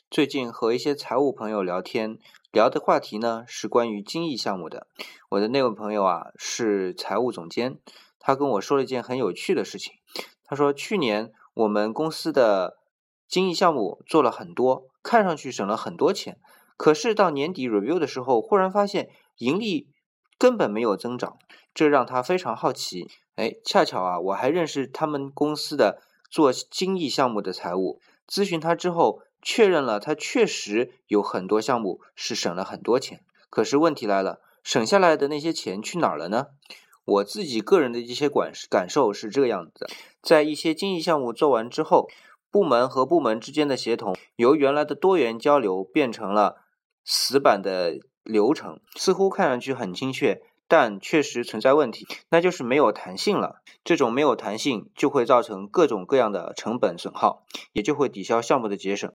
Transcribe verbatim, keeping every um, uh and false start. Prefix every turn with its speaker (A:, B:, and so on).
A: 最近和一些财务朋友聊天，聊的话题呢是关于精益项目的。我的那位朋友啊是财务总监，他跟我说了一件很有趣的事情。他说去年我们公司的精益项目做了很多，看上去省了很多钱，可是到年底 review 的时候，忽然发现盈利根本没有增长，这让他非常好奇。哎，恰巧啊，我还认识他们公司的做精益项目的财务，咨询他之后，确认了他确实有很多项目是省了很多钱。可是问题来了，省下来的那些钱去哪儿了呢？我自己个人的一些感感受是这个样子的，在一些精益项目做完之后，部门和部门之间的协同由原来的多元交流变成了死板的流程，似乎看上去很精确，但确实存在问题，那就是没有弹性了。这种没有弹性就会造成各种各样的成本损耗，也就会抵消项目的节省。